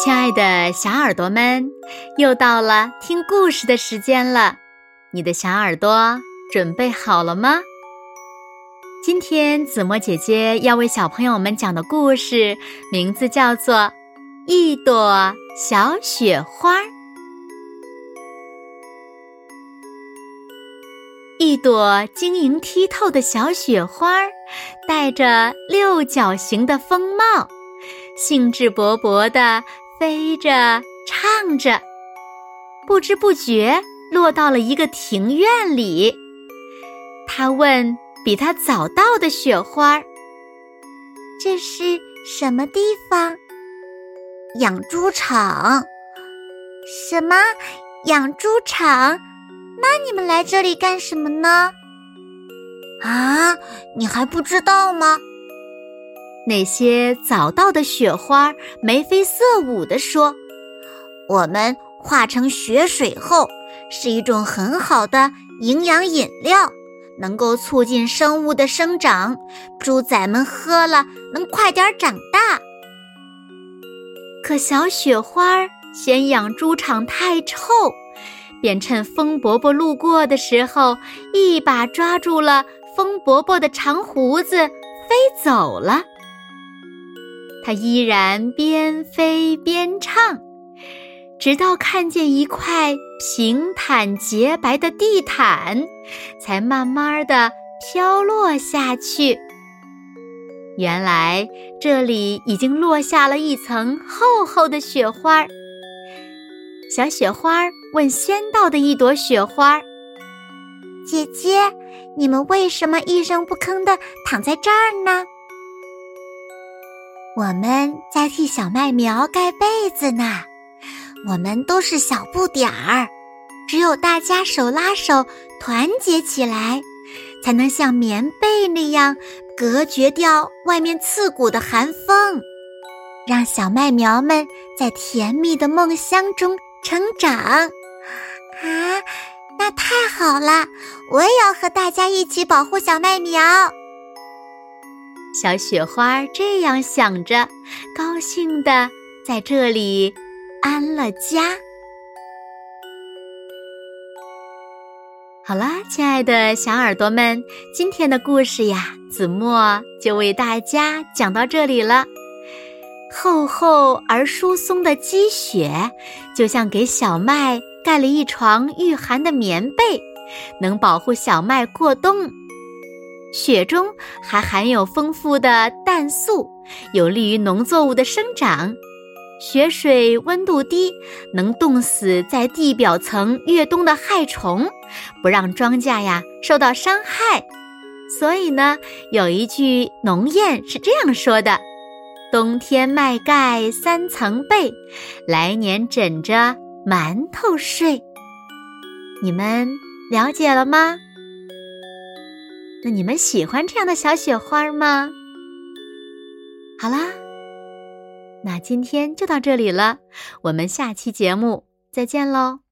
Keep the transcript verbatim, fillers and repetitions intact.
亲爱的小耳朵们，又到了听故事的时间了，你的小耳朵准备好了吗？今天子墨姐姐要为小朋友们讲的故事名字叫做《一朵小雪花》。一朵晶莹剔透的小雪花，戴着六角形的风帽，兴致勃勃地飞着唱着，不知不觉落到了一个庭院里。他问比他早到的雪花： 这是什么地方？养猪场。什么？养猪场？那你们来这里干什么呢？啊，你还不知道吗？ 那些早到的雪花眉飞色舞地说： 我们化成雪水后，是一种很好的营养饮料，能够促进生物的生长，猪仔们喝了能快点长大。 可小雪花嫌养猪场太臭，便趁风伯伯路过的时候，一把抓住了风伯伯的长胡子，飞走了。他依然边飞边唱，直到看见一块平坦洁白的地毯，才慢慢地飘落下去。原来这里已经落下了一层厚厚的雪花。小雪花问先到的一朵雪花： 姐姐，你们为什么一声不吭地躺在这儿呢？我们在替小麦苗盖被子呢，我们都是小不点儿，只有大家手拉手团结起来，才能像棉被那样隔绝掉外面刺骨的寒风，让小麦苗们在甜蜜的梦乡中成长。啊，那太好了，我也要和大家一起保护小麦苗。 小雪花这样想着，高兴地在这里安了家。好啦，亲爱的小耳朵们，今天的故事呀，子墨就为大家讲到这里了。厚厚而疏松的积雪，就像给小麦盖了一床御寒的棉被，能保护小麦过冬。雪中还含有丰富的氮素，有利于农作物的生长。雪水温度低，能冻死在地表层越冬的害虫，不让庄稼呀受到伤害。所以呢，有一句农谚是这样说的：冬天麦盖三层被，来年枕着馒头睡。你们了解了吗？那你们喜欢这样的小雪花吗？好啦，那今天就到这里了，我们下期节目再见喽。